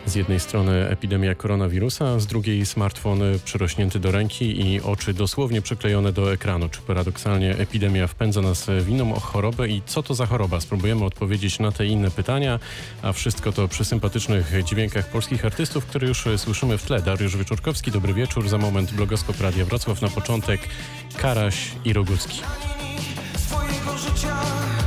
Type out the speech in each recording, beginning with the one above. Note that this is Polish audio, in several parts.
Z jednej strony epidemia koronawirusa, z drugiej smartfon przyrośnięty do ręki i oczy dosłownie przyklejone do ekranu. Czy paradoksalnie epidemia wpędza nas w inną chorobę i co to za choroba? Spróbujemy odpowiedzieć na te i inne pytania, a wszystko to przy sympatycznych dźwiękach polskich artystów, które już słyszymy w tle. Dariusz Wieczorkowski, dobry wieczór. Za moment Blogoskop Radia Wrocław, na początek Karaś i Rogucki. Swojego życia.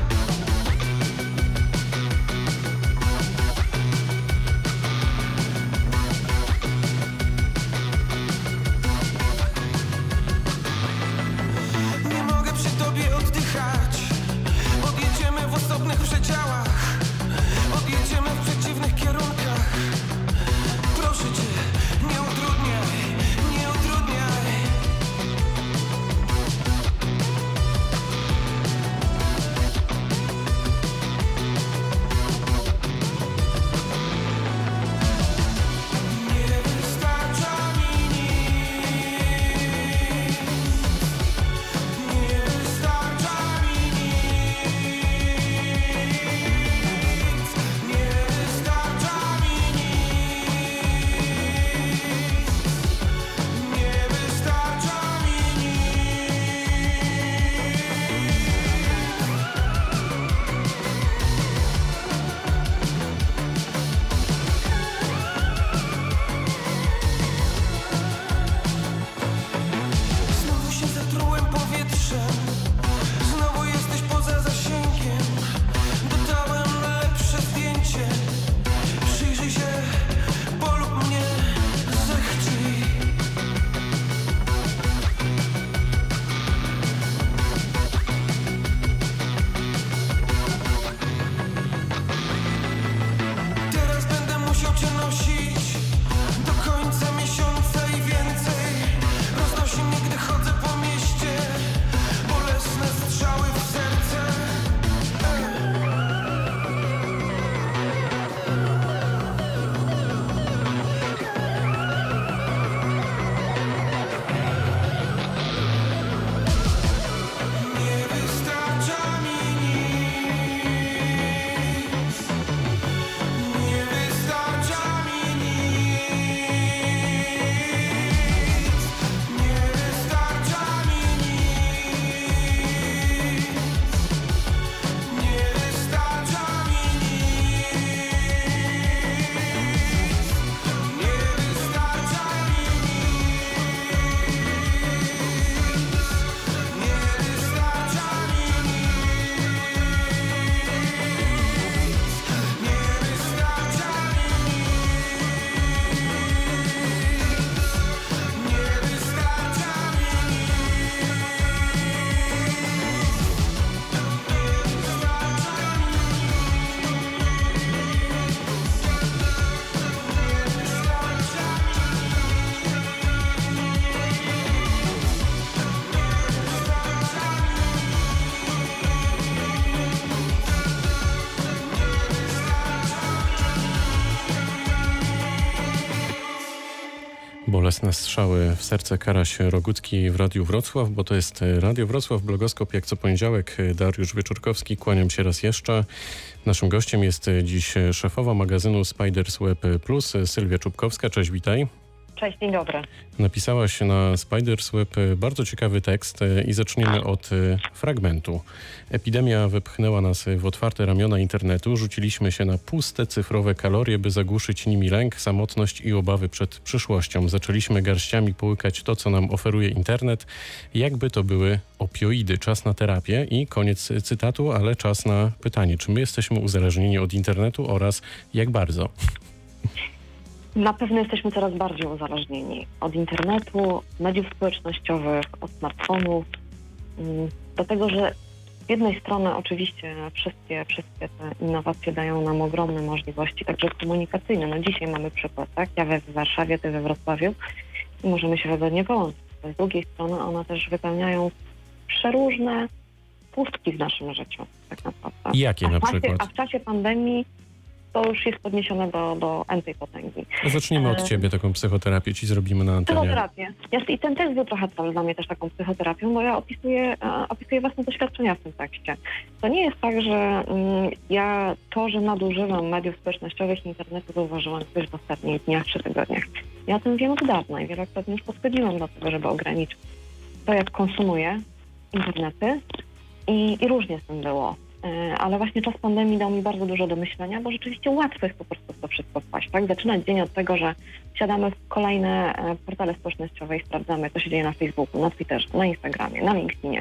Nie mogę przy tobie oddychać. Odjedziemy w osobnych przedziałach. Odjedziemy w przeciwnych kierunkach. Proszę cię, nie utrudniaj, nie utrudniaj. Nie wystarcza mi nic. Nie wystarcza mi nic. Nie wystarcza mi nic. Nie wystarcza mi Znowu się zatrułem powietrzem. Znowu jesteś poza zasięgiem. Dodałem lepsze zdjęcie. Przyjrzyj się, polub mnie, zechcij. Teraz będę musiał cię nosić do końca miesiąca i więcej. Roznosi mnie, gdy chodzę po mieście. Bolesne strzały w serce. Nie wystarcza mi nic. Nie wystarcza mi nic. Nie wystarcza mi nic. Nie wystarcza mi nic. Nie wystarcza mi nic. Nie wystarcza mi nic. Nie wystarcza Bolesne strzały w serce, Karaś, Rogucki w Radiu Wrocław, bo to jest Radio Wrocław, Blogoskop jak co poniedziałek. Dariusz Wieczorkowski, kłaniam się raz jeszcze. Naszym gościem jest dziś szefowa magazynu Spiders Web Plus, Sylwia Czubkowska. Cześć, witaj. Cześć, dzień dobry. Napisałaś na Spiders Web bardzo ciekawy tekst i zaczniemy od fragmentu. Epidemia wypchnęła nas w otwarte ramiona internetu. Rzuciliśmy się na puste cyfrowe kalorie, by zagłuszyć nimi lęk, samotność i obawy przed przyszłością. Zaczęliśmy garściami połykać to, co nam oferuje internet, jakby to były opioidy. Czas na terapię i koniec cytatu, ale czas na pytanie. Czy my jesteśmy uzależnieni od internetu oraz jak bardzo? Na pewno jesteśmy coraz bardziej uzależnieni od internetu, mediów społecznościowych, od smartfonów. Do tego, że z jednej strony oczywiście wszystkie te innowacje dają nam ogromne możliwości, także komunikacyjne. No dzisiaj mamy przykład, tak? Ja w Warszawie, ty we Wrocławiu i możemy się wygodnie połączyć. Z drugiej strony one też wypełniają przeróżne pustki w naszym życiu, tak naprawdę. Jakie na przykład? A w czasie pandemii to już jest podniesione do n-tej potęgi. Zacznijmy od ciebie taką psychoterapię, ci zrobimy na antenie. Psychoterapię. I ten tekst był trochę dla mnie też taką psychoterapią, bo ja opisuję własne doświadczenia w tym tekście. To nie jest tak, że ja to, że nadużywam mediów społecznościowych i internetu, zauważyłam coś w ostatnich dniach czy tygodniach. Ja o tym wiem od dawna i wielokrotnie już podchodziłam do tego, żeby ograniczyć to, jak konsumuję internety i różnie z tym było. Ale właśnie czas pandemii dał mi bardzo dużo do myślenia, bo rzeczywiście łatwo jest po prostu w to wszystko wpaść, tak? Zaczynać dzień od tego, że siadamy w kolejne portale społecznościowe i sprawdzamy, co się dzieje na Facebooku, na Twitterze, na Instagramie, na LinkedInie.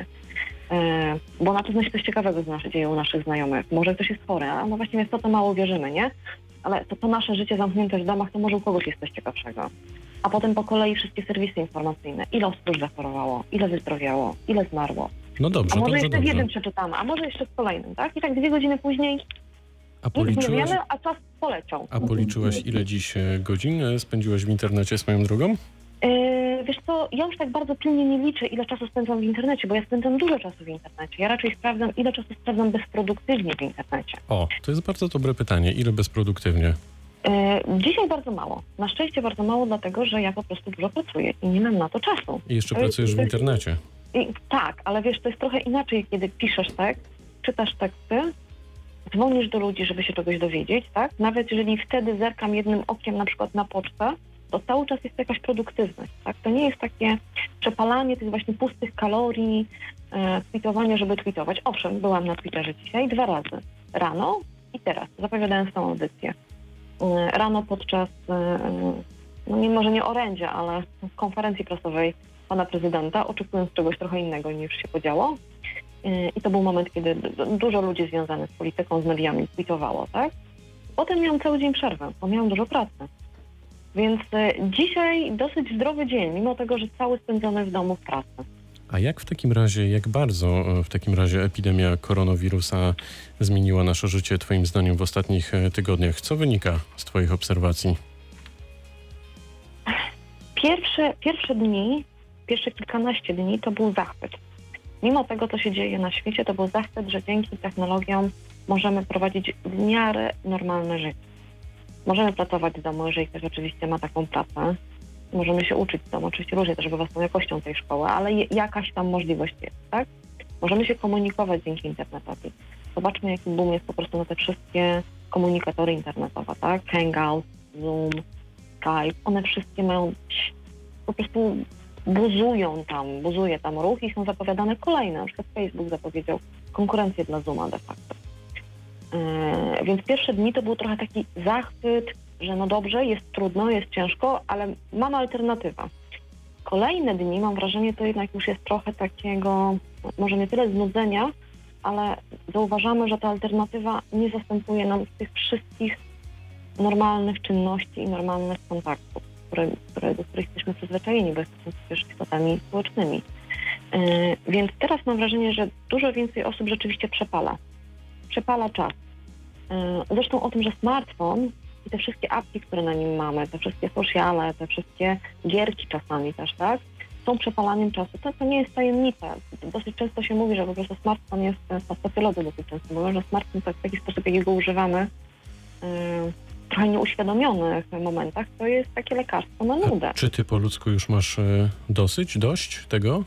Bo na pewno się coś ciekawego dzieje u naszych znajomych. Może ktoś jest chory, a no właściwie w to mało wierzymy, nie? Ale to nasze życie zamknięte w domach, to może u kogoś jest coś ciekawszego. A potem po kolei wszystkie serwisy informacyjne. Ile osób już zachorowało, ile wyzdrowiało, ile zmarło. No dobrze, a może jeszcze dobrze. w jednym przeczytamy, a może jeszcze w kolejnym, tak? I tak 2 godziny później nic nie wiemy, a czas poleciał. A policzyłaś, ile dziś godzin spędziłaś w internecie swoją drogą? Wiesz co, ja już tak bardzo pilnie nie liczę, ile czasu spędzam w internecie, bo ja spędzam dużo czasu w internecie. Ja raczej sprawdzam, ile czasu spędzam bezproduktywnie w internecie. O, to jest bardzo dobre pytanie. Ile bezproduktywnie? Dzisiaj bardzo mało. Na szczęście bardzo mało, dlatego że ja po prostu dużo pracuję i nie mam na to czasu. I jeszcze pracujesz w internecie. Tak, ale wiesz, to jest trochę inaczej, kiedy piszesz tekst, czytasz teksty, dzwonisz do ludzi, żeby się czegoś dowiedzieć, tak? Nawet jeżeli wtedy zerkam jednym okiem na przykład na pocztę, to cały czas jest jakaś produktywność, tak? To nie jest takie przepalanie tych właśnie pustych kalorii, tweetowanie, żeby tweetować. Owszem, byłam na Twitterze dzisiaj 2 razy. Rano i teraz, zapowiadając tą audycję. Rano podczas, no może nie orędzia, ale konferencji prasowej pana prezydenta, oczekując czegoś trochę innego niż się podziało. I to był moment, kiedy dużo ludzi związanych z polityką, z mediami tweetowało, tak? Potem miałam cały dzień przerwę, bo miałam dużo pracy. Więc dzisiaj dosyć zdrowy dzień, mimo tego, że cały spędzony w domu w pracy. A jak bardzo w takim razie epidemia koronawirusa zmieniła nasze życie twoim zdaniem w ostatnich tygodniach? Co wynika z twoich obserwacji? Pierwsze kilkanaście dni to był zachwyt. Mimo tego, co się dzieje na świecie, to był zachwyt, że dzięki technologiom możemy prowadzić w miarę normalne życie. Możemy pracować z domu, jeżeli ktoś oczywiście ma taką pracę. Możemy się uczyć w domu, oczywiście różnie też bywa z tą jakością tej szkoły, ale jakaś tam możliwość jest, tak? Możemy się komunikować dzięki internetowi. Zobaczmy, jaki boom jest po prostu na te wszystkie komunikatory internetowe, tak? Hangout, Zoom, Skype, one wszystkie mają po prostu buzuje tam ruch i są zapowiadane kolejne. Na przykład Facebook zapowiedział konkurencję dla Zooma de facto. Więc pierwsze dni to był trochę taki zachwyt, że no dobrze, jest trudno, jest ciężko, ale mamy alternatywę. Kolejne dni, mam wrażenie, to jednak już jest trochę takiego, może nie tyle znudzenia, ale zauważamy, że ta alternatywa nie zastępuje nam tych wszystkich normalnych czynności i normalnych kontaktów, do których jesteśmy przyzwyczajeni, bo jesteśmy przecież istotami społecznymi. Więc teraz mam wrażenie, że dużo więcej osób rzeczywiście przepala czas. Zresztą o tym, że smartfon i te wszystkie apki, które na nim mamy, te wszystkie sociale, te wszystkie gierki czasami też, tak, są przepalaniem czasu. To nie jest tajemnica. Dosyć często się mówi, że po prostu smartfon jest, socjolodzy dosyć często mówią, że smartfon w taki sposób, jakiego używamy, w trochę nieuświadomionych momentach, to jest takie lekarstwo na nudę. Czy ty po ludzku już masz dość tego?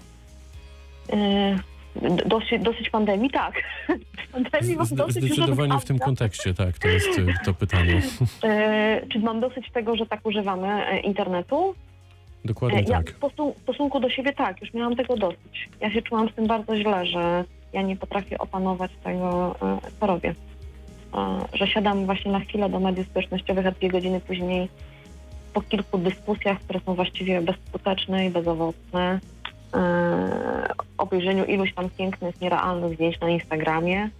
Dosyć pandemii, tak. Pandemii mam dosyć Zdecydowanie w tym kontekście, tak, to jest to pytanie. Czy mam dosyć tego, że tak używamy internetu? Dokładnie tak. W stosunku do siebie tak, już miałam tego dosyć. Ja się czułam z tym bardzo źle, że ja nie potrafię opanować tego, co robię. Że siadam właśnie na chwilę do mediów społecznościowych, a 2 godziny później po kilku dyskusjach, które są właściwie bezskuteczne i bezowocne, obejrzeniu iluś tam pięknych, nierealnych zdjęć na Instagramie.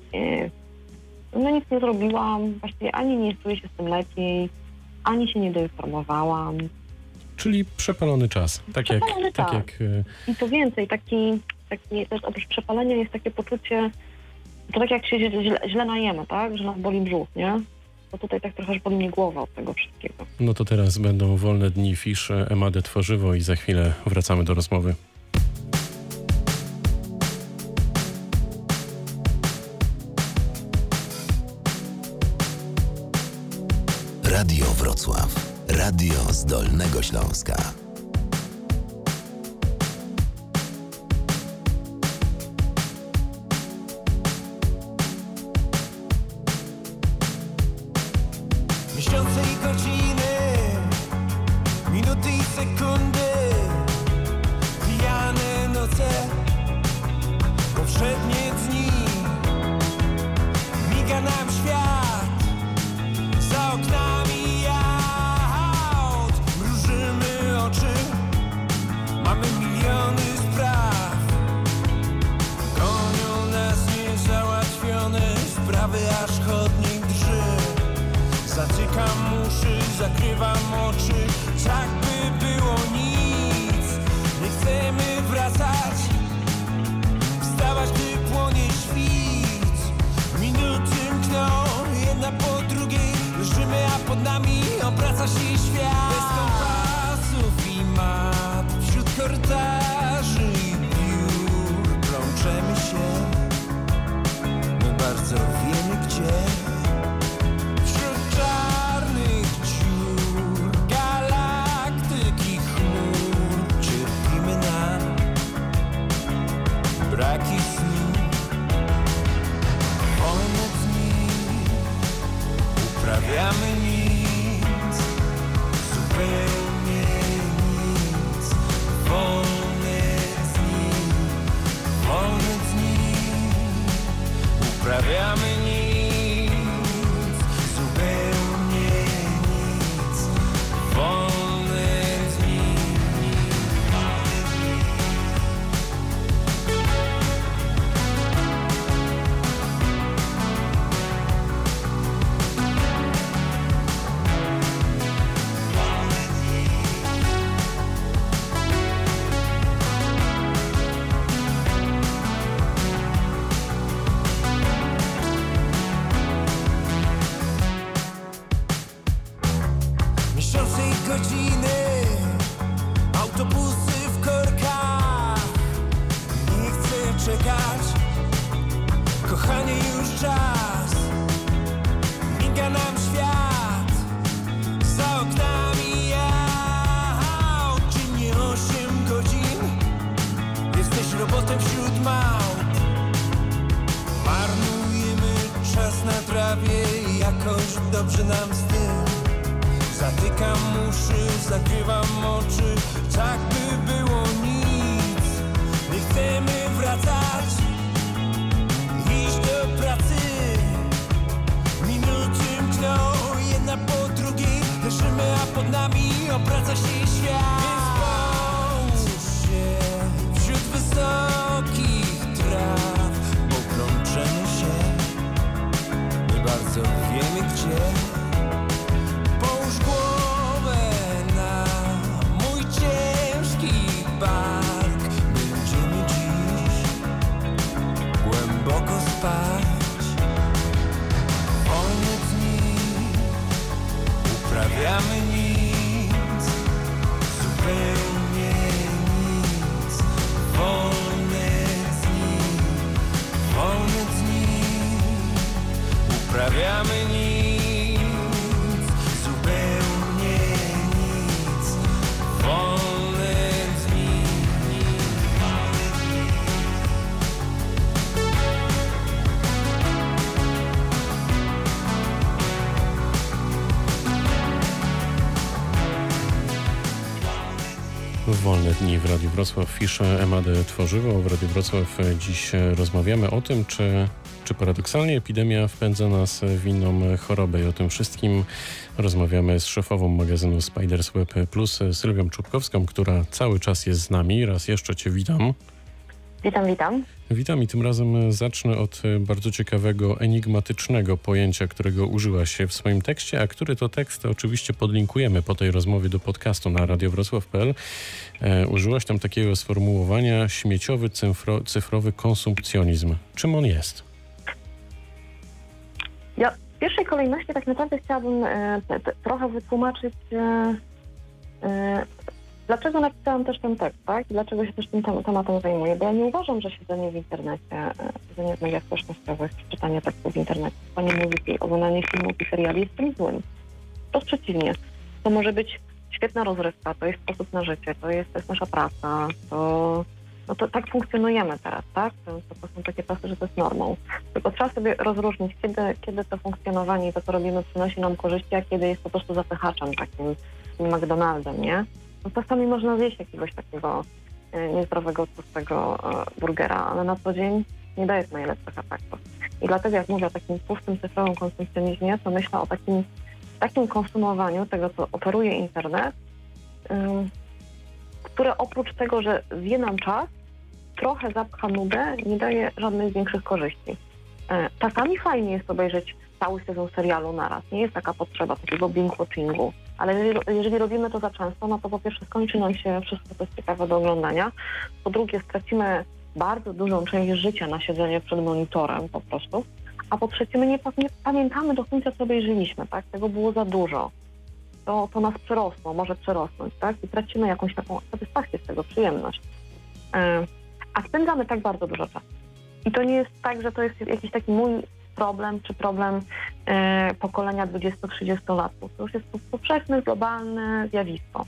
No nic nie zrobiłam, właściwie ani nie czuję się z tym lepiej, ani się nie doinformowałam. Czyli przepalony czas. Tak jak... I to więcej, taki też oprócz przepalenia jest takie poczucie, to tak jak się źle najemy, tak? Że nas boli brzuch, nie? To tutaj tak trochę boli mnie głowa od tego wszystkiego. No to teraz będą wolne dni Fisz, Emadę Tworzywo i za chwilę wracamy do rozmowy. Radio Wrocław. Radio z Dolnego Śląska. Miesiące i godziny, minuty i sekundy, pijane noce, powszednie dni. Miga nam świat za oknami aut. Mrużymy oczy, mamy miliony spraw. Gonią nas niezałatwione sprawy, aż chodnik drży. Zatykam uszy, zakrywam oczy, tak by było nic. Nie chcemy wracać, wstawać, gdy płonie świt. Minuty mkną, jedna po drugiej, leżymy, a pod nami obraca się świat. Bez kompasów i map, wśród korytarzy i biur plączemy się, my bardzo wiemy gdzie. Braki snu, wolne dni, uprawiamy nic, zupełnie nic. Wolne dni, uprawiamy nic, zupełnie nic. Wolne dni. Godziny, autobusy w korkach. Nie chcę czekać, kochanie, już czas. Miga nam świat za oknami aut. Dziennie 8 godzin, jesteś robotem wśród małp. Marnujemy czas na trawie i jakoś dobrze nam z tym. Zatykam uszy, zakrywam oczy, tak by było nic. Nie chcemy wracać, iść do pracy. Minuty mkną, jedna po drugiej, leżymy, a pod nami obraca się świat. Więc połóż się wśród wysokich traw, poplączemy się, my bardzo wiemy gdzie. Połóż głowę na mój ciężki bark. Będziemy dziś głęboko spać. Wolne dni, uprawiamy nic, zupełnie nic. Wolne dni, uprawiamy nic. Wolne dni w Radiu Wrocław, fisze Emadę Tworzywo. W Radiu Wrocław dziś rozmawiamy o tym, czy paradoksalnie epidemia wpędza nas w inną chorobę. I o tym wszystkim rozmawiamy z szefową magazynu Spiders Web Plus, Sylwią Czubkowską, która cały czas jest z nami. Raz jeszcze Cię witam. Witam. Witam i tym razem zacznę od bardzo ciekawego, enigmatycznego pojęcia, którego użyłaś w swoim tekście, a który to tekst oczywiście podlinkujemy po tej rozmowie do podcastu na radiowrocław.pl. Użyłaś tam takiego sformułowania śmieciowy cyfrowy konsumpcjonizm. Czym on jest? Ja w pierwszej kolejności tak naprawdę chciałabym trochę wytłumaczyć, dlaczego napisałam też ten tekst, tak? Dlaczego się też tym tematem zajmuję? Bo ja nie uważam, że siedzenie w internecie, siedzenie w mediach społecznościowych, czytanie tekstów w internecie, słuchanie muzyki, oglądanie filmów i seriali jest czymś złym. Wprost przeciwnie. To może być świetna rozrywka, to jest sposób na życie, to jest nasza praca, to tak funkcjonujemy teraz, tak? To są takie czasy, że to jest normą. Tylko trzeba sobie rozróżnić, kiedy to funkcjonowanie i to, co robimy, przynosi nam korzyści, a kiedy jest po prostu zapychaczem takim McDonaldem, nie? No czasami można zjeść jakiegoś takiego niezdrowego, tłustego burgera, ale na co dzień nie daje to najlepszych efektów. I dlatego jak mówię o takim pustym cyfrowym konsumpcjonizmie, to myślę o takim konsumowaniu tego, co oferuje internet, które oprócz tego, że zje nam czas, trochę zapcha nudę, nie daje żadnych większych korzyści. Czasami fajnie jest obejrzeć cały sezon serialu naraz. Nie jest taka potrzeba takiego binge-watchingu. Ale jeżeli robimy to za często, no to po pierwsze skończy nam się wszystko, co jest ciekawe do oglądania. Po drugie stracimy bardzo dużą część życia na siedzenie przed monitorem po prostu. A po trzecie my nie pamiętamy do końca, co obejrzeliśmy, tak? Tego było za dużo. To nas przerosło, może przerosnąć, tak? I tracimy jakąś taką satysfakcję z tego, przyjemność. A spędzamy tak bardzo dużo czasu. I to nie jest tak, że to jest jakiś taki mój problem, czy problem pokolenia 20-30 latków. To już jest powszechne, globalne zjawisko.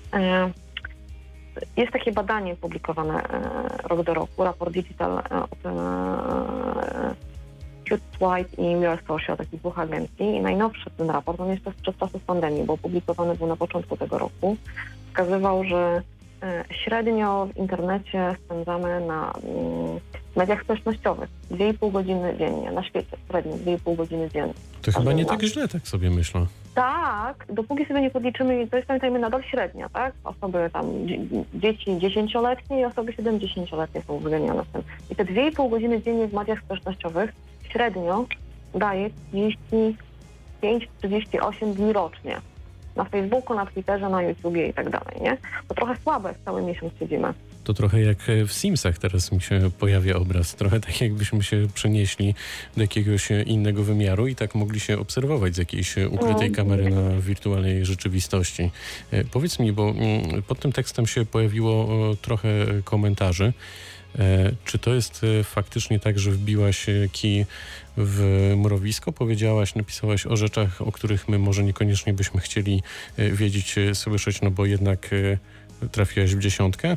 Jest takie badanie publikowane rok do roku, raport Digital od White i We Are Social, takich dwóch agencji. I najnowszy ten raport, on jeszcze przed czasów pandemii, bo opublikowany był na początku tego roku, wskazywał, że średnio w internecie spędzamy na mediach społecznościowych 2,5 godziny dziennie, na świecie średnio 2,5 godziny dziennie. To chyba nie tak źle, tak sobie myślę. Tak, dopóki sobie nie podliczymy, to jest pamiętajmy nadal średnia, tak? Osoby tam, dzieci 10-letnie i osoby 70-letnie są uwzględnione w tym. I te 2,5 godziny dziennie w mediach społecznościowych średnio daje 35-38 dni rocznie. Na Facebooku, na Twitterze, na YouTubie i tak dalej, nie? To trochę słabo, jak cały miesiąc siedzimy. To trochę jak w Simsach teraz mi się pojawia obraz. Trochę tak jakbyśmy się przenieśli do jakiegoś innego wymiaru i tak mogli się obserwować z jakiejś ukrytej kamery na wirtualnej rzeczywistości. Powiedz mi, bo pod tym tekstem się pojawiło trochę komentarzy. Czy to jest faktycznie tak, że wbiłaś kij w mrowisko? Napisałaś o rzeczach, o których my może niekoniecznie byśmy chcieli wiedzieć, słyszeć, no bo jednak trafiłaś w dziesiątkę?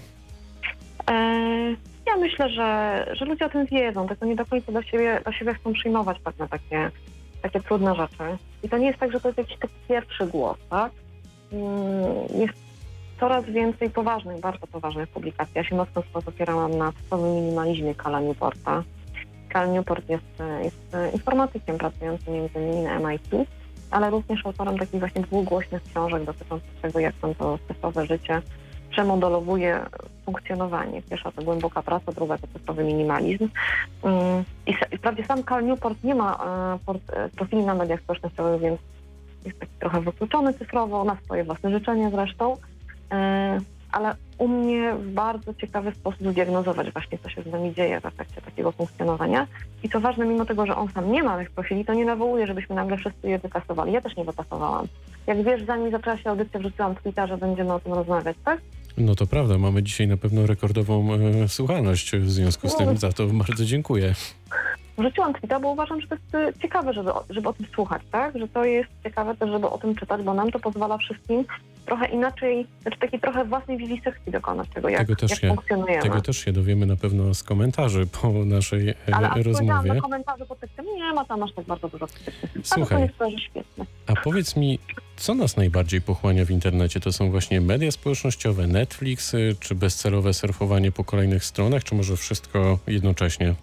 Ja myślę, że ludzie o tym wiedzą, tylko nie do końca do siebie chcą przyjmować pewne takie trudne rzeczy. I to nie jest tak, że to jest jakiś taki pierwszy głos, tak? Jest coraz więcej poważnych, bardzo poważnych publikacji. Ja się mocno opierałam na cyfrowym minimalizmie Cala Newporta. Cal Newport jest informatykiem pracującym m.in. na MIT, ale również autorem takich właśnie dwóch głośnych książek dotyczących tego, jak to cyfrowe życie przemodelowuje funkcjonowanie. Pierwsza to Głęboka praca, druga to cyfrowy minimalizm. I wprawdzie sam Cal Newport nie ma profili na mediach społecznościowych, więc jest taki trochę wykluczony cyfrowo, na swoje własne życzenia zresztą, ale umie w bardzo ciekawy sposób zdiagnozować właśnie, co się z nami dzieje w efekcie takiego funkcjonowania. I co ważne, mimo tego, że on sam nie ma tych profili, to nie nawołuje, żebyśmy nagle wszyscy je wykasowali. Ja też nie wykasowałam. Jak wiesz, zanim zaczęła się audycja, wrzuciłam w Twitterze, będziemy o tym rozmawiać, tak? No to prawda, mamy dzisiaj na pewno rekordową słuchalność w związku z tym. Za to bardzo dziękuję. Wrzuciłam tweeta, bo uważam, że to jest ciekawe, żeby o tym słuchać, tak? Że to jest ciekawe też, żeby o tym czytać, bo nam to pozwala wszystkim trochę inaczej, znaczy takiej trochę własnej wiwisekcji dokonać tego, jak funkcjonujemy. Tego też się dowiemy na pewno z komentarzy po naszej rozmowie. Ale na komentarze pod tekstem nie ma tam aż tak bardzo dużo krytyki. Słuchaj, to jest świetne. A powiedz mi, co nas najbardziej pochłania w internecie? To są właśnie media społecznościowe, Netflix, czy bezcelowe surfowanie po kolejnych stronach, czy może wszystko jednocześnie?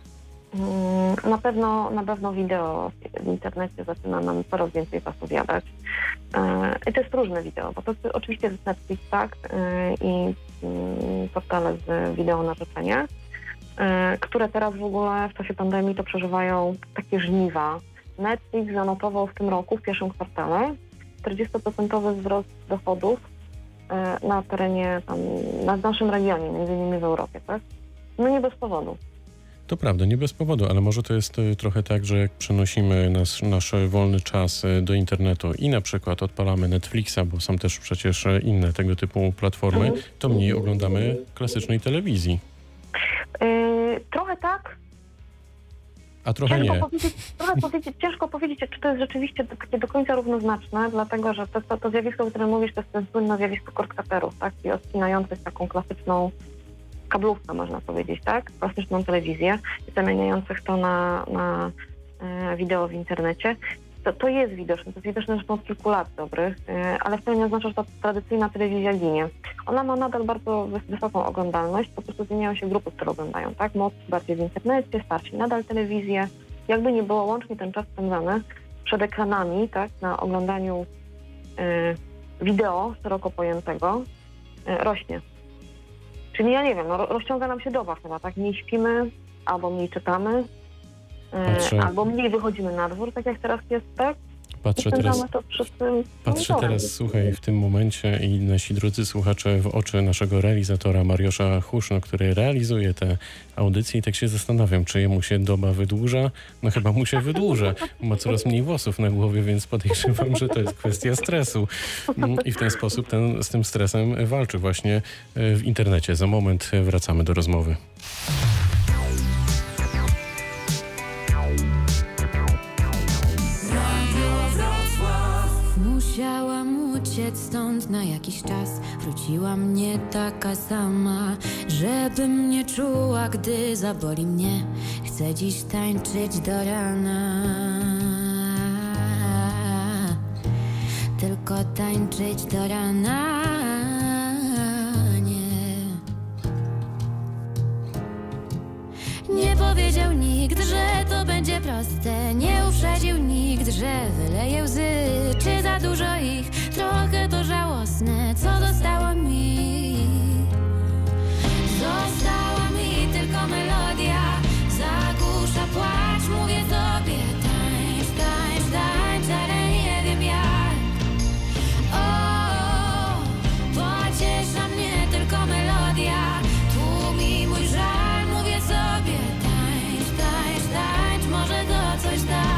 Na pewno wideo w internecie zaczyna nam coraz więcej czasu zjadać. I to jest różne wideo, bo to oczywiście jest Netflix, tak, i portale z wideo na życzenie, które teraz w ogóle w czasie pandemii to przeżywają takie żniwa. Netflix zanotował w tym roku, w pierwszym kwartale, 40% wzrost dochodów na terenie, na naszym regionie, między innymi w Europie, tak? No nie bez powodu. To prawda, nie bez powodu, ale może to jest trochę tak, że jak przenosimy nasz wolny czas do internetu i na przykład odpalamy Netflixa, bo są też przecież inne tego typu platformy, to mniej oglądamy klasycznej telewizji. Trochę tak. A trochę nie. Ciężko powiedzieć, czy to jest rzeczywiście takie do końca równoznaczne, dlatego że to zjawisko, o którym mówisz, to jest ten słynne zjawisko cord-cutterów, tak? I odcinających taką klasyczną kablówkę, można powiedzieć, tak? Klasyczną telewizję i zamieniających to na wideo w internecie. To jest widoczne. To jest widoczne zresztą od kilku lat dobrych, ale wcale nie oznacza, że ta tradycyjna telewizja ginie. Ona ma nadal bardzo wysoką oglądalność, po prostu zmieniają się grupy, które oglądają, tak? Młodsi bardziej w internecie, starsi nadal telewizję. Jakby nie było, łącznie ten czas spędzany przed ekranami, tak? Na oglądaniu wideo szeroko pojętego rośnie. Czyli ja nie wiem, rozciąga nam się doba chyba, tak? Mniej śpimy, albo mniej czytamy, albo mniej wychodzimy na dwór, tak jak teraz jest, tak? Patrzę teraz, słuchaj, w tym momencie i nasi drodzy słuchacze w oczy naszego realizatora Mariusza Huszno, który realizuje te audycje i tak się zastanawiam, czy jemu się doba wydłuża. No chyba mu się wydłuża. Ma coraz mniej włosów na głowie, więc podejrzewam, że to jest kwestia stresu. I w ten sposób z tym stresem walczy właśnie w internecie. Za moment wracamy do rozmowy. Musiałam uciec stąd na jakiś czas. Wróciłam nie taka sama, żebym nie czuła, gdy zaboli mnie. Chcę dziś tańczyć do rana, tylko tańczyć do rana. Nie powiedział nikt, że to będzie proste. Nie uprzedził nikt, że wyleje łzy. Czy za dużo ich? Trochę to żałosne. Co zostało mi? Została mi tylko melodia. Zagłusza płacz, mówię sobie tańcz, tańcz, tańcz, ale nie wiem jak. O, pociesza mnie tylko melodia. Tłumi mój żal, mówię sobie tańcz, tańcz, tańcz, może to coś da.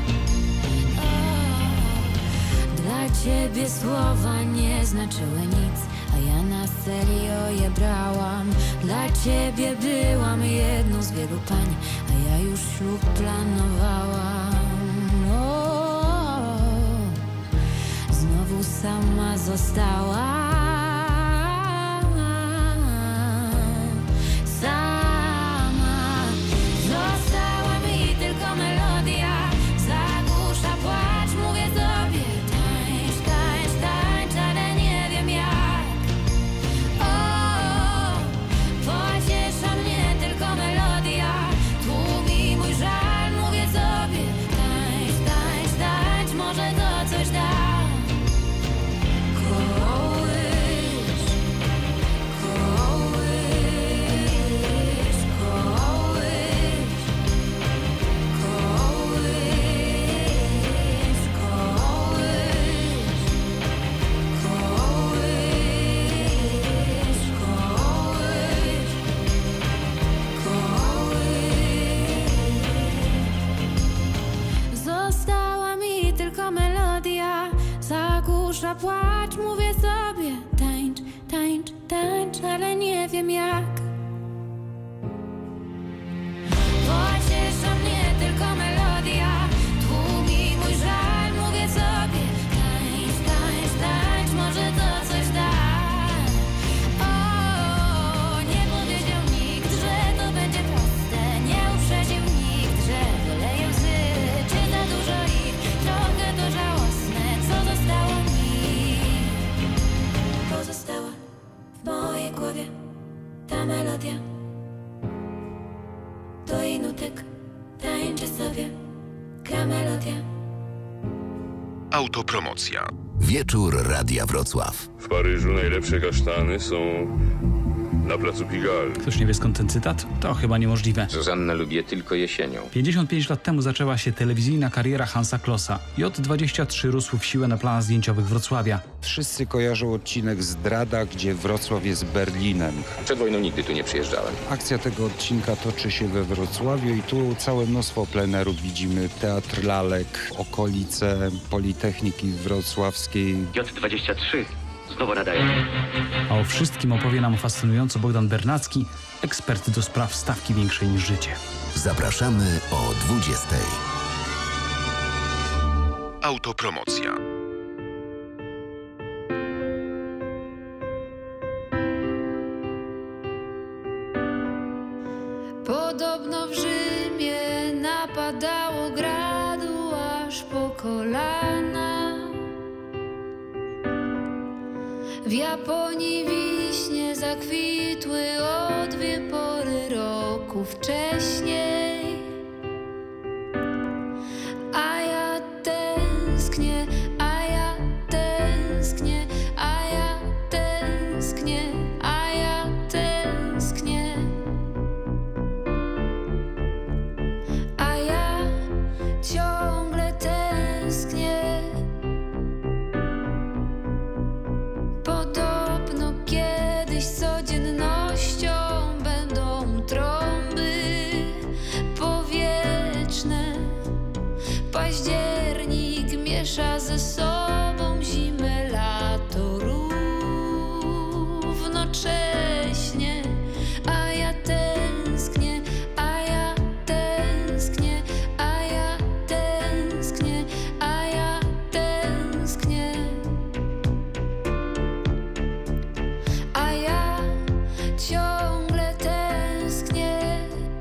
Dla ciebie słowa nie znaczyły nic, a ja na serio je brałam. Dla ciebie byłam jedną z wielu pań, a ja już ślub planowałam. O, znowu sama została. Sama została mi tylko melodia. Zagłusza płacz, mówię sobie tańcz, tańcz, tańcz, ale nie wiem jak. O, pociesza mnie tylko melodia. Tłumi mój żal, mówię sobie tańcz, tańcz, tańcz, może to coś da. Została mi tylko melodia. Zagłusza płacz, mówię sobie tańcz, tańcz, tańcz, ale nie wiem jak. Pociesza mnie tylko melodia. Tłumi mój żal, mówię sobie tańcz, tańcz, tańcz, może to coś da. O, nie powiedział nikt, że to będzie proste. Nie uprzedził nikt, że wyleje łzy. Czy za dużo ich? Trochę to żałosne. Co zostało mi? Pozostała w mojej głowie ta melodia. Do jej nutek tańczę sobie, gra melodia. Autopromocja. Wieczór Radia Wrocław. W Paryżu najlepsze kasztany są na placu Pigalle. Ktoś nie wie skąd ten cytat? To chyba niemożliwe. Zuzannę lubię tylko jesienią. 55 lat temu zaczęła się telewizyjna kariera Hansa Klossa. J23 rósł w siłę na planach zdjęciowych Wrocławia. Wszyscy kojarzą odcinek Zdrada, gdzie Wrocław jest Berlinem. Przed wojną nigdy tu nie przyjeżdżałem. Akcja tego odcinka toczy się we Wrocławiu i tu całe mnóstwo plenerów widzimy. Teatr Lalek, okolice Politechniki Wrocławskiej. J23 Znowu nadaję. A o wszystkim opowie nam fascynująco Bogdan Bernacki, ekspert do spraw stawki większej niż życie. Zapraszamy o 20:00. Autopromocja. Podobno w Rzymie napadało gradu aż po kolana. W Japonii wiśnie zakwitły o 2 pory roku wcześniej. A ja tęsknię, a ja tęsknię, a ja tęsknię, a ja tęsknię. A ja ciągle tęsknię. Podobno kiedyś codziennością będą trąby powietrzne. Październik miesza ze sobą zimę, lato równocześnie. A ja tęsknię, a ja tęsknię, a ja tęsknię, a ja tęsknię. A ja ciągle tęsknię.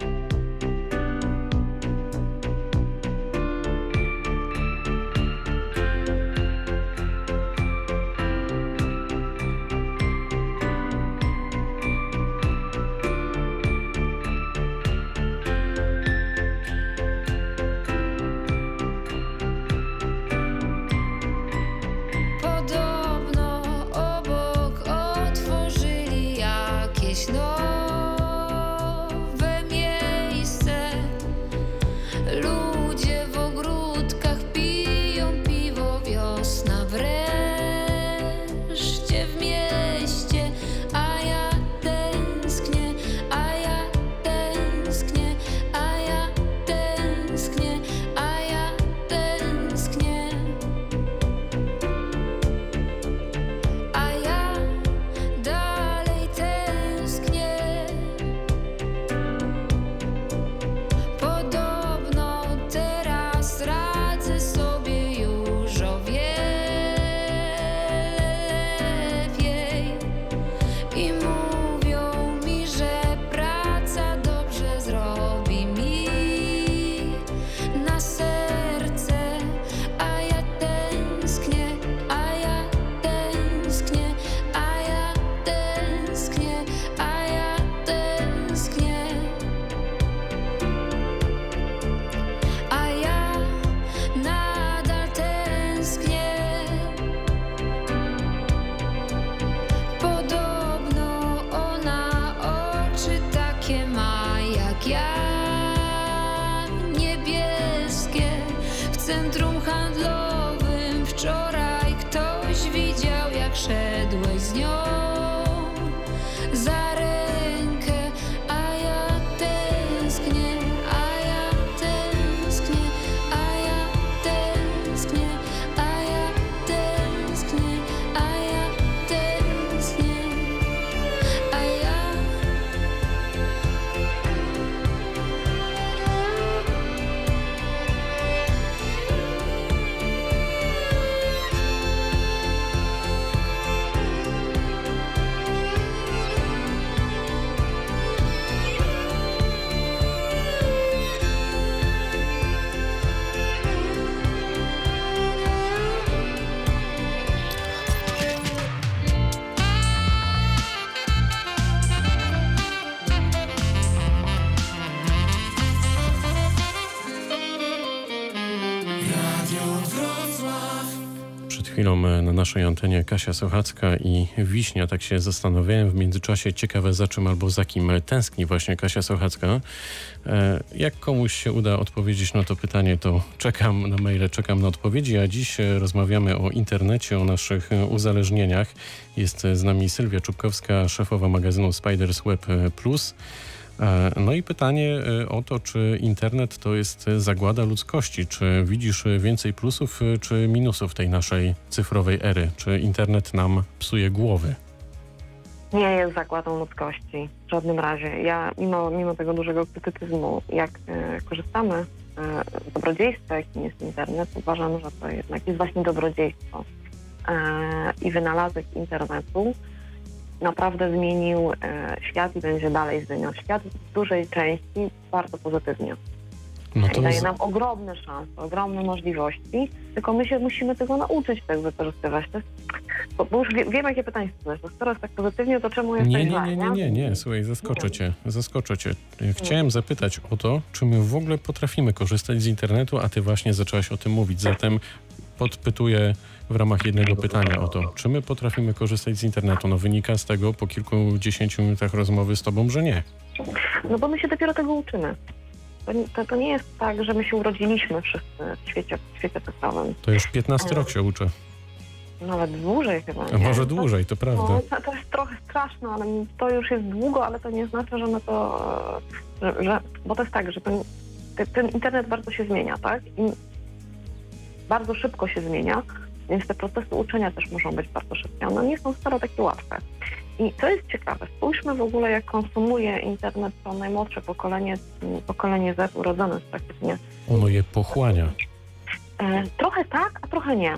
Podobno obok otworzyli jakieś nowe miejsce. Ludzie w ogródkach piją piwo, wiosna wreszcie w mieście. A ja tęsknię, a ja tęsknię, a ja tęsknię, a ja tęsknię. A ja dalej tęsknię. Podobno teraz radzę sobie już o wiele lepiej. I mówią mi, że praca dobrze zrobi mi na serce. A ja tęsknię, a ja tęsknię, a ja tęsknię, a ja tęsknię. A ja nadal tęsknię. Podobno ona oczy takie ma jak ja, niebieskie. W centrum handlowym wczoraj ktoś widział, jak szedłeś z nią za rękę. A ja tęsknię, a ja tęsknię, a ja tęsknię, a ja tęsknię, a ja tęsknię, a ja. Przed chwilą na naszej antenie Kasia Sochacka i Wiśnia. Tak się zastanawiałem w międzyczasie, ciekawe za czym albo za kim tęskni właśnie Kasia Sochacka. Jak komuś się uda odpowiedzieć na to pytanie, to czekam na maile, czekam na odpowiedzi, a dziś rozmawiamy o internecie, o naszych uzależnieniach. Jest z nami Sylwia Czubkowska, szefowa magazynu Spiders Web Plus. No i pytanie o to, czy internet to jest zagłada ludzkości. Czy widzisz więcej plusów czy minusów tej naszej cyfrowej ery? Czy internet nam psuje głowy? Nie jest zagładą ludzkości, w żadnym razie. Ja mimo tego dużego krytycyzmu, jak korzystamy z dobrodziejstwa, jakim jest internet, uważam, że to jednak jest właśnie dobrodziejstwo. I wynalazek internetu naprawdę zmienił świat i będzie dalej zmieniał świat w dużej części bardzo pozytywnie. No to daje nam ogromne szanse, ogromne możliwości, tylko my się musimy tego nauczyć, tak wykorzystywać. Bo już wiem, jakie pytanie zadać. Skoro jest tak pozytywnie, to czemu jest tak źle? Nie. Słuchaj, zaskoczę cię. Chciałem zapytać o to, czy my w ogóle potrafimy korzystać z internetu, a ty właśnie zaczęłaś o tym mówić. Zatem podpytuję w ramach jednego pytania o to, czy my potrafimy korzystać z internetu. No wynika z tego po kilkudziesięciu minutach rozmowy z tobą, że nie. No bo my się dopiero tego uczymy. To nie jest tak, że my się urodziliśmy wszyscy w świecie cyfrowym. To już 15 rok się uczę. Nawet dłużej chyba. A może dłużej, to prawda. No, to jest trochę straszne, ale to już jest długo, ale to nie znaczy, że my to... bo to jest tak, że ten internet bardzo się zmienia, tak? I bardzo szybko się zmienia, więc te procesy uczenia też muszą być bardzo szybkie. One nie są wcale takie łatwe. I to jest ciekawe. Spójrzmy w ogóle, jak konsumuje internet to najmłodsze pokolenie Z, urodzone praktycznie. Ono je pochłania. Trochę tak, a trochę nie.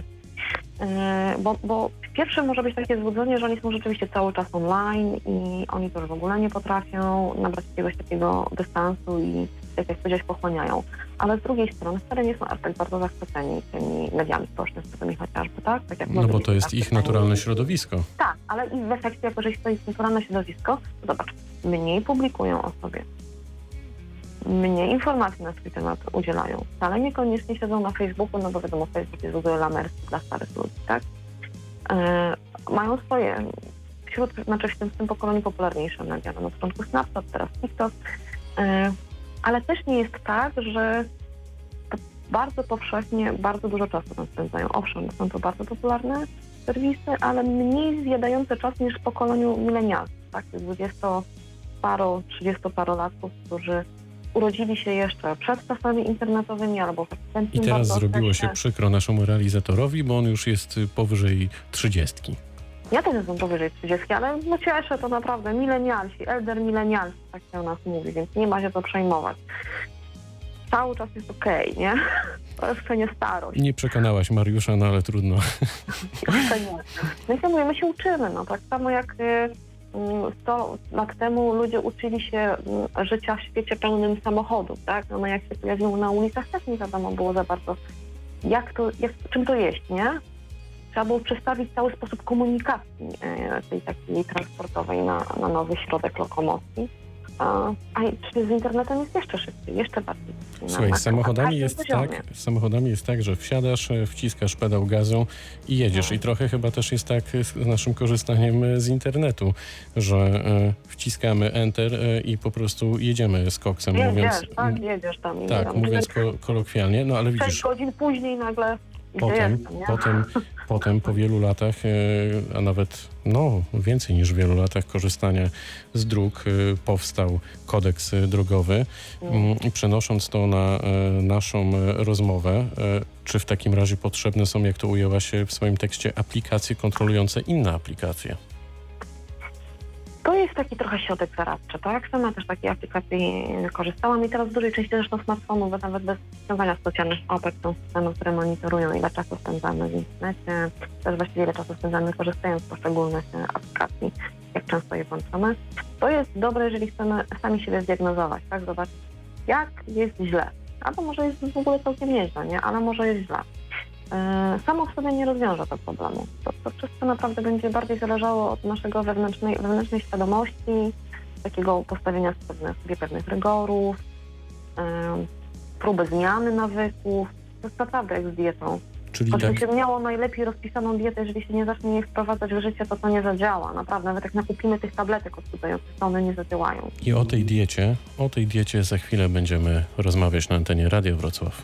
Bo pierwsze może być takie złudzenie, że oni są rzeczywiście cały czas online i oni to już w ogóle nie potrafią nabrać jakiegoś takiego dystansu i, jak powiedziałeś, pochłaniają. Ale z drugiej strony wcale nie są aż tak bardzo zachwyceni tymi mediami społecznościowymi chociażby, tak? Jak no bo to jest ich naturalne środowisko. Tak, ale i w efekcie, jako że to jest naturalne środowisko, to zobacz, mniej publikują o sobie. Mniej informacji na swój temat udzielają. Wcale niekoniecznie siedzą na Facebooku, no bo wiadomo, Facebook jest lamerski dla starych ludzi, tak? Mają swoje, w tym pokoleniu popularniejsze media. Na początku Snapchat, teraz TikTok. Ale też nie jest tak, że bardzo powszechnie, bardzo dużo czasu tam spędzają. Owszem, są to bardzo popularne serwisy, ale mniej zjadające czas niż w pokoleniu milenialsów, tak? 20-paro, 30-parolatków, którzy urodzili się jeszcze przed czasami internetowymi albo w I teraz zrobiło się przykro naszemu realizatorowi, bo on już jest powyżej 30. Ja też jestem powyżej 30, ale no cieszę, to naprawdę milenialsi, elder milenialsi, tak się o nas mówi, więc nie ma się co przejmować. Cały czas jest okej, nie? To jeszcze nie starość. Nie przekonałaś Mariusza, no ale trudno. Jeszcze nie. No i my się uczymy, no tak samo jak 100 lat temu ludzie uczyli się życia w świecie pełnym samochodów, tak? No jak się pojawią na ulicach, też nie wiadomo było za bardzo, czym to jest, nie? Trzeba było przestawić cały sposób komunikacji tej takiej transportowej na nowy środek lokomocji. A z internetem jest jeszcze szybciej, jeszcze bardziej. Słuchaj, z samochodami jest tak, że wsiadasz, wciskasz pedał gazu i jedziesz. I trochę chyba też jest tak z naszym korzystaniem z internetu, że wciskamy enter i po prostu jedziemy z koksem. Jedziesz tam. Tak, mówiąc kolokwialnie, no ale widzisz... 6 godzin później nagle... Potem po wielu latach, a nawet więcej niż wielu latach korzystania z dróg powstał kodeks drogowy. I przenosząc to na naszą rozmowę, czy w takim razie potrzebne są, jak to ujęłaś w swoim tekście, aplikacje kontrolujące inne aplikacje? To jest taki trochę środek zaradczy, tak? Sama też takiej aplikacji korzystałam i teraz w dużej części zresztą smartfonów, nawet bez ściągania specjalnych apek są systemy, które monitorują, ile czasu spędzamy w internecie, też właściwie ile czasu spędzamy korzystając z poszczególnych aplikacji, jak często je włączamy. To jest dobre, jeżeli chcemy sami siebie zdiagnozować, tak? Zobaczyć, jak jest źle. Albo może jest w ogóle całkiem nieźle, nie? Ale może jest źle. Samo w sobie nie rozwiąże tego problemu. To wszystko naprawdę będzie bardziej zależało od naszego wewnętrznej świadomości, takiego postawienia sobie pewnych rygorów, próby zmiany nawyków. To jest naprawdę jak z dietą. Czyli Choćby się miało najlepiej rozpisaną dietę, jeżeli się nie zacznie jej wprowadzać w życie, to nie zadziała. Naprawdę, nawet jak nakupimy tych tabletek odchudzających, to one nie zadziałają. I o tej diecie za chwilę będziemy rozmawiać na antenie Radia Wrocław.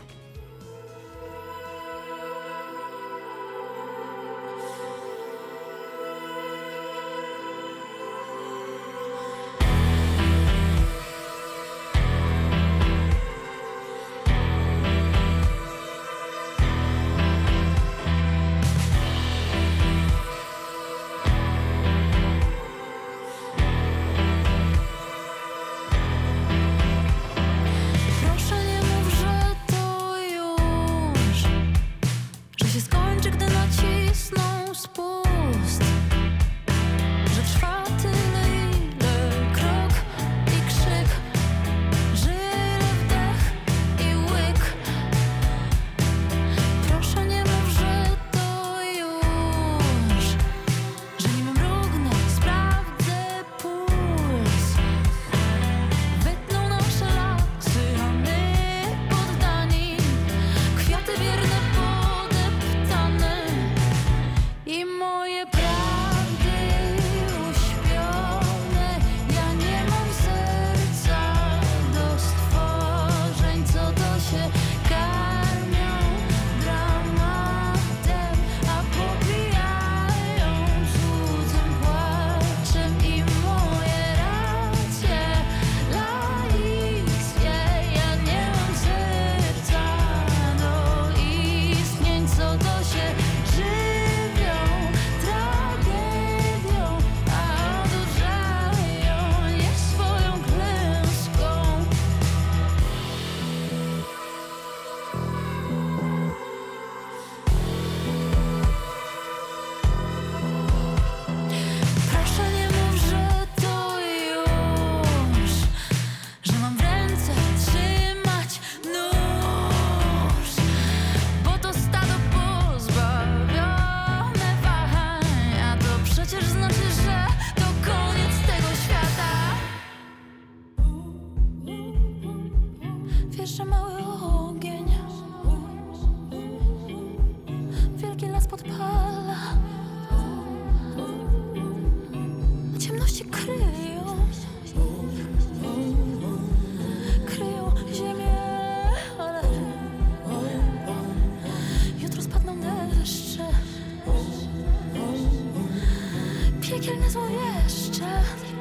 piekielne zło jeszcze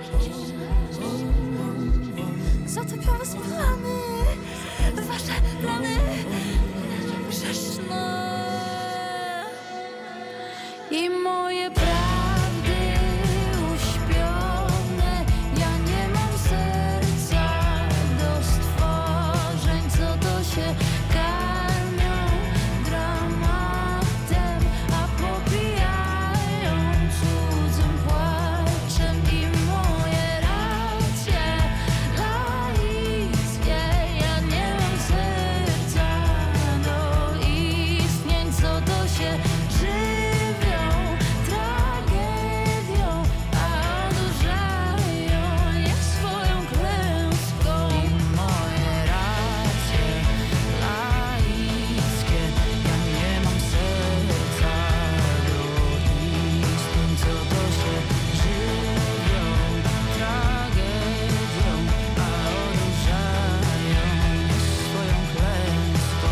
zatopia was plany, wasze plany grzeszne i moje prawdy uśpione. Ja nie mam serca do stworzeń, co to się karmią dramatem, a popijają cudzym płaczem. I moje racje laickie, ja nie mam serca do istnień, co to się żywią tragedią, a odurzają je swoją klęską. I moje racje laickie, ja nie mam serca do istnień, co to się żywią tragedią, a odurzają je swoją klęską.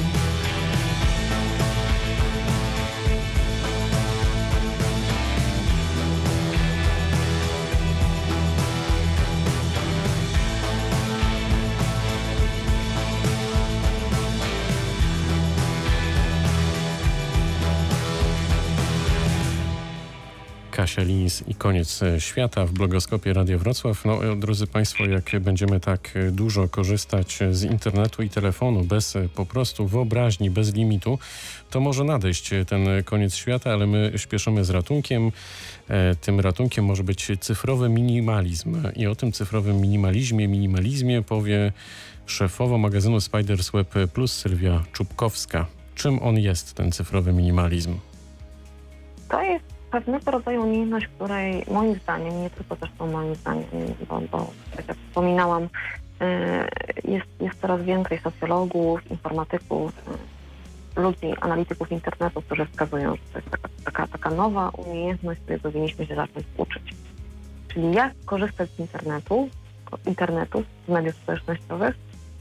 Kasia Linis i Koniec świata w blogoskopie Radia Wrocław. No, drodzy Państwo, jak będziemy tak dużo korzystać z internetu i telefonu bez po prostu wyobraźni, bez limitu, to może nadejść ten koniec świata, ale my śpieszymy z ratunkiem. Tym ratunkiem może być cyfrowy minimalizm. I o tym cyfrowym minimalizmie powie szefowa magazynu Spiders Web Plus Sylwia Czubkowska. Czym on jest, ten cyfrowy minimalizm? To jest pewnego rodzaju umiejętność, której moim zdaniem, nie tylko zresztą moim zdaniem, bo tak jak wspominałam, jest coraz więcej socjologów, informatyków, ludzi, analityków internetu, którzy wskazują, że to jest taka nowa umiejętność, której powinniśmy się zacząć uczyć. Czyli jak korzystać z internetu, z mediów społecznościowych,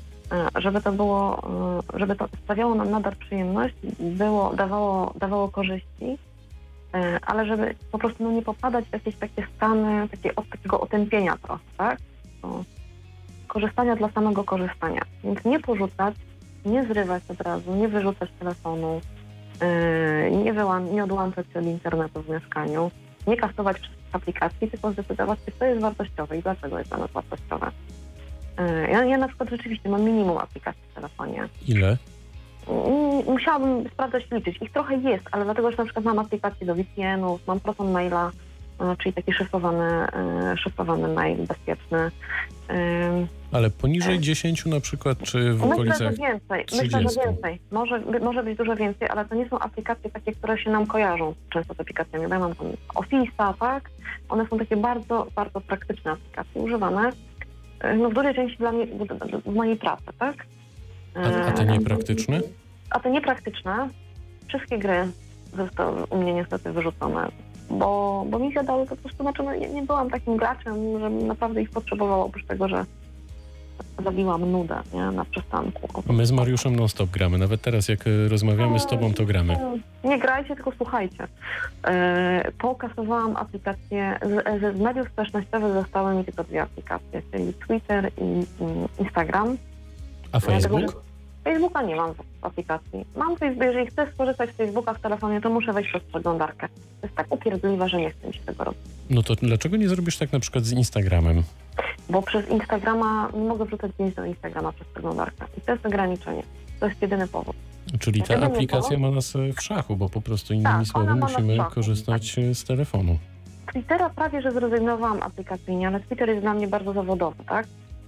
żeby to sprawiało nam nadal przyjemność, dawało korzyści, ale żeby po prostu nie popadać w jakieś takie stany takiego otępienia trochę, tak? Korzystania dla samego korzystania. Więc nie porzucać, nie zrywać od razu, nie wyrzucać telefonu, nie odłączać się od internetu w mieszkaniu, nie kasować wszystkich aplikacji, tylko zdecydować się, co jest wartościowe i dlaczego jest dla nas wartościowe. Ja na przykład rzeczywiście mam minimum aplikacji w telefonie. Ile? Musiałabym sprawdzać, liczyć. Ich trochę jest, ale dlatego, że na przykład mam aplikacje do VPN-ów, mam Proton Maila, czyli taki szyfrowany mail bezpieczny. Ale poniżej 10 na przykład, czy w okolicach 30? Myślę, że więcej. Może być dużo więcej, ale to nie są aplikacje takie, które się nam kojarzą często z aplikacjami. Ja mam tam Office'a, tak? One są takie bardzo, bardzo praktyczne aplikacje, używane w dużej części dla mnie, w mojej pracy, tak? A te niepraktyczne? A te niepraktyczne, wszystkie gry zostały u mnie niestety wyrzucone, bo mi zjadały po prostu, nie byłam takim graczem, że naprawdę ich potrzebowała, oprócz tego, że zabiłam nudę, nie, na przystanku. My z Mariuszem non-stop gramy, nawet teraz jak rozmawiamy z tobą, to gramy. Nie grajcie, tylko słuchajcie. Pokasowałam aplikacje, z mediów społecznościowych zostały mi tylko 2 aplikacje, czyli Twitter i Instagram. A Facebook? Facebooka nie mam w aplikacji. Jeżeli chcę skorzystać z Facebooka w telefonie, to muszę wejść przez przeglądarkę. To jest tak upierdliwe, że nie chcę mi się tego robić. No to dlaczego nie zrobisz tak na przykład z Instagramem? Bo przez Instagrama nie mogę wrzucać zdjęć do Instagrama przez przeglądarkę. I to jest ograniczenie. To jest jedyny powód. Czyli ta aplikacja ma nas w szachu, bo po prostu innymi słowy musimy korzystać z telefonu. Twittera prawie, że zrezygnowałam aplikacyjnie, ale Twitter jest dla mnie bardzo zawodowy, tak?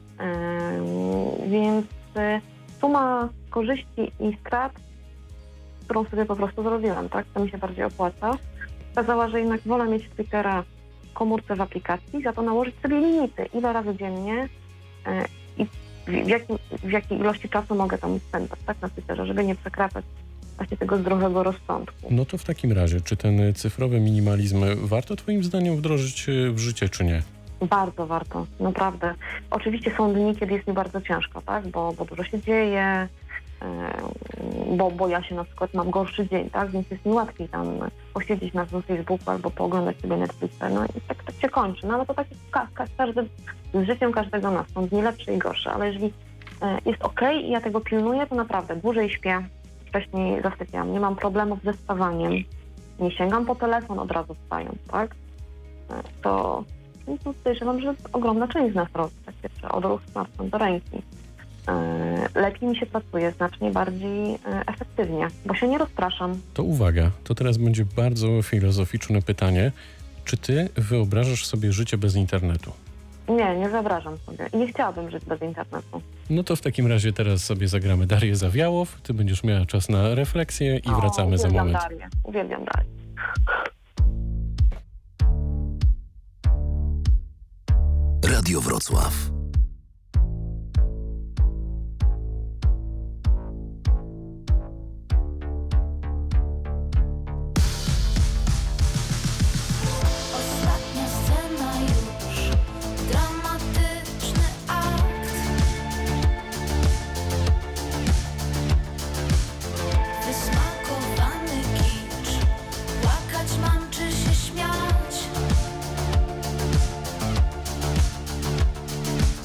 Więc suma korzyści i strat, którą sobie po prostu zrobiłam, tak? To mi się bardziej opłaca. Pokazała, że jednak wolę mieć Twittera w komórce w aplikacji, za to nałożyć sobie limity, ile razy dziennie i w jakiej ilości czasu mogę tam spędzać, tak? Na Twitterze, żeby nie przekraczać właśnie tego zdrowego rozsądku. No to w takim razie, czy ten cyfrowy minimalizm warto twoim zdaniem wdrożyć w życie, czy nie? Bardzo warto, naprawdę. Oczywiście są dni, kiedy jest mi bardzo ciężko, tak? Bo dużo się dzieje, bo ja się na przykład mam gorszy dzień, tak, więc jest mi łatwiej tam posiedzieć na tym Facebooku albo pooglądać sobie Netflixa, no i tak się kończy, no ale to tak jest z życiem każdego nas, są dni lepsze i gorsze, ale jeżeli jest okej i ja tego pilnuję, to naprawdę dłużej śpię, wcześniej zasypiam, nie mam problemów ze spawaniem, nie sięgam po telefon od razu wstając, tak, to podejrzewam, że ogromna część z nas robi takie odruch smartfon do ręki. Lepiej mi się pracuje, znacznie bardziej efektywnie, bo się nie rozpraszam. To uwaga, to teraz będzie bardzo filozoficzne pytanie. Czy ty wyobrażasz sobie życie bez internetu? Nie wyobrażam sobie i nie chciałabym żyć bez internetu. No to w takim razie teraz sobie zagramy Darię Zawiałow, ty będziesz miała czas na refleksję i wracamy za moment. Uwielbiam Darię. Radio Wrocław. Ostatnia scena już, dramatyczny akt. Wysmakowany kicz, płakać mam czy się śmiać.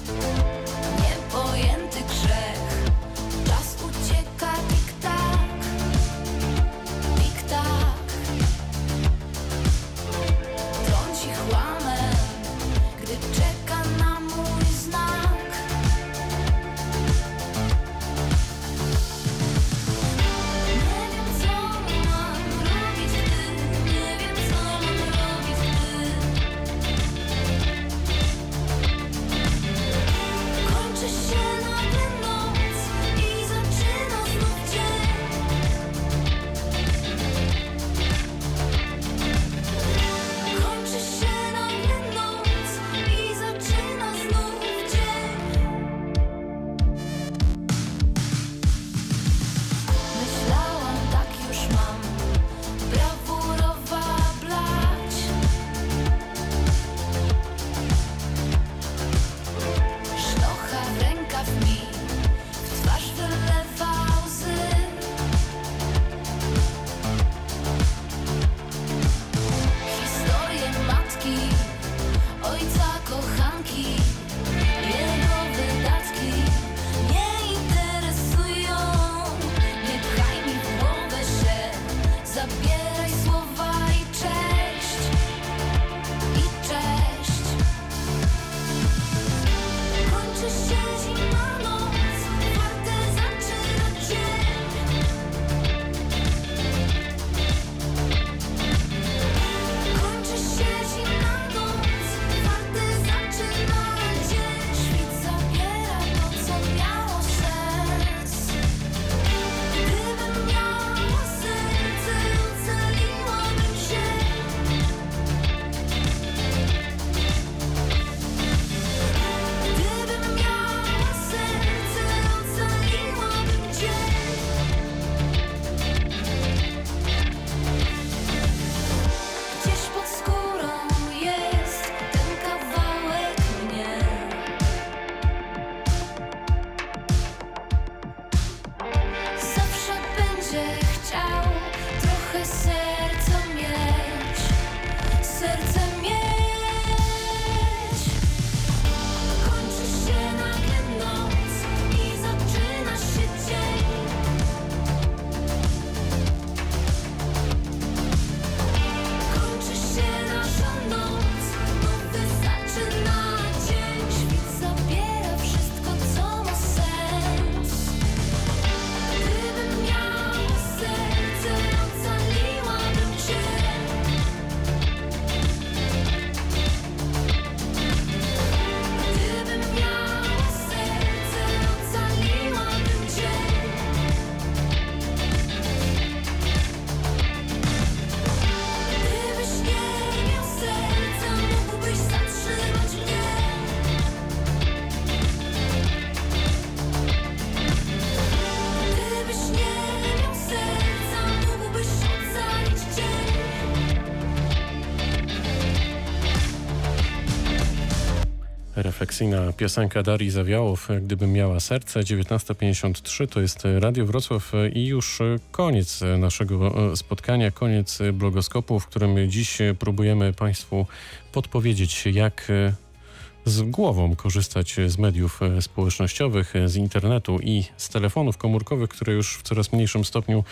Refleksyjna piosenka Darii Zawiałow, Gdybym miała serce. 19:53 to jest Radio Wrocław i już koniec naszego spotkania, koniec blogoskopu, w którym dziś próbujemy Państwu podpowiedzieć, jak z głową korzystać z mediów społecznościowych, z internetu i z telefonów komórkowych, które już w coraz mniejszym stopniu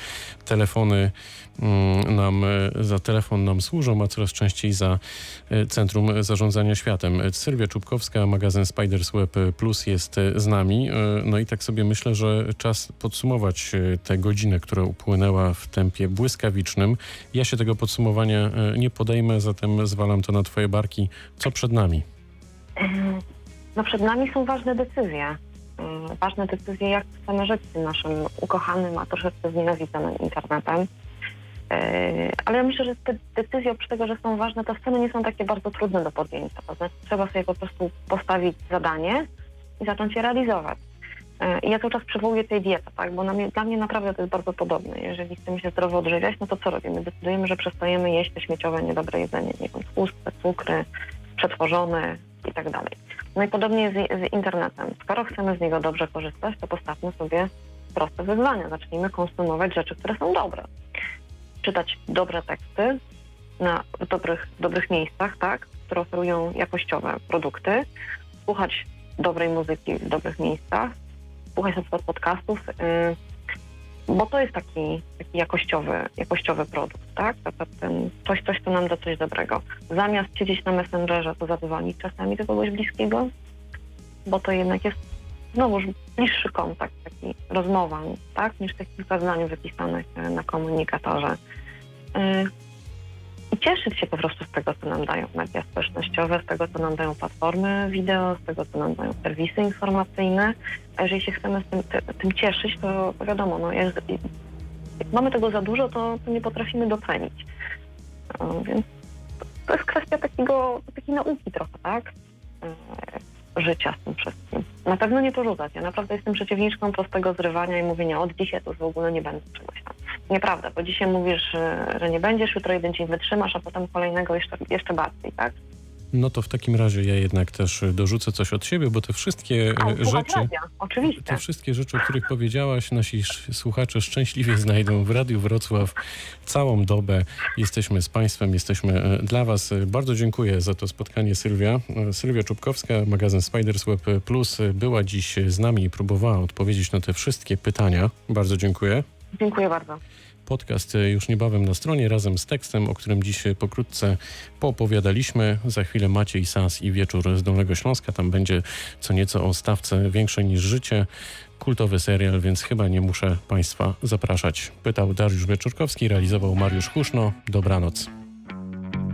za telefon nam służą, a coraz częściej za Centrum Zarządzania Światem. Sylwia Czubkowska, magazyn Spiders Web Plus jest z nami. No i tak sobie myślę, że czas podsumować tę godzinę, która upłynęła w tempie błyskawicznym. Ja się tego podsumowania nie podejmę, zatem zwalam to na Twoje barki. Co przed nami? No przed nami są ważne decyzje. Ważne decyzje, jak chcemy żyć z tym naszym ukochanym, a troszeczkę znienawidzonym internetem. Ale ja myślę, że te decyzje, oprócz tego, że są ważne, to wcale nie są takie bardzo trudne do podjęcia. To znaczy, trzeba sobie po prostu postawić zadanie i zacząć je realizować. I ja cały czas przywołuję tej dietę, tak? Bo dla mnie naprawdę to jest bardzo podobne. Jeżeli chcemy się zdrowo odżywiać, no to co robimy? Decydujemy, że przestajemy jeść te śmieciowe, niedobre jedzenie, nie wiem, tłuste, cukry, przetworzone i tak dalej. No i podobnie jest z internetem. Skoro chcemy z niego dobrze korzystać, to postawmy sobie proste wyzwania. Zacznijmy konsumować rzeczy, które są dobre. Czytać dobre teksty w dobrych miejscach, tak, które oferują jakościowe produkty, słuchać dobrej muzyki w dobrych miejscach, słuchać na przykład podcastów, bo to jest taki jakościowy produkt, tak? Coś, co nam da coś dobrego. Zamiast siedzieć na Messengerze, to zadzwonić czasami do kogoś bliskiego, bo to jednak jest znowuż bliższy kontakt, taki rozmowa, tak? Niż te kilka zdań wypisanych na komunikatorze. I cieszyć się po prostu z tego, co nam dają media społecznościowe, z tego, co nam dają platformy wideo, z tego, co nam dają serwisy informacyjne. A jeżeli się chcemy tym cieszyć, to wiadomo, no jak mamy tego za dużo, to nie potrafimy docenić. Więc to jest kwestia takiej nauki trochę, tak? Życia z tym wszystkim. Na pewno nie porzucać. Ja naprawdę jestem przeciwniczką prostego zrywania i mówienia od dzisiaj to już w ogóle nie będę czegoś tam. Nieprawda, bo dzisiaj mówisz, że nie będziesz, jutro jeden dzień wytrzymasz, a potem kolejnego jeszcze bardziej, tak? No to w takim razie ja jednak też dorzucę coś od siebie, bo te wszystkie rzeczy, oczywiście. Te wszystkie rzeczy, o których powiedziałaś, nasi słuchacze szczęśliwie znajdą w Radiu Wrocław całą dobę. Jesteśmy z Państwem, jesteśmy dla Was. Bardzo dziękuję za to spotkanie, Sylwia. Sylwia Czubkowska, magazyn Spiders Web Plus była dziś z nami i próbowała odpowiedzieć na te wszystkie pytania. Bardzo dziękuję. Dziękuję bardzo. Podcast już niebawem na stronie razem z tekstem, o którym dziś pokrótce poopowiadaliśmy. Za chwilę Maciej Sas i Wieczór z Dolnego Śląska. Tam będzie co nieco o stawce Większe niż życie. Kultowy serial, więc chyba nie muszę Państwa zapraszać. Pytał Dariusz Wieczorkowski, realizował Mariusz Huszno. Dobranoc.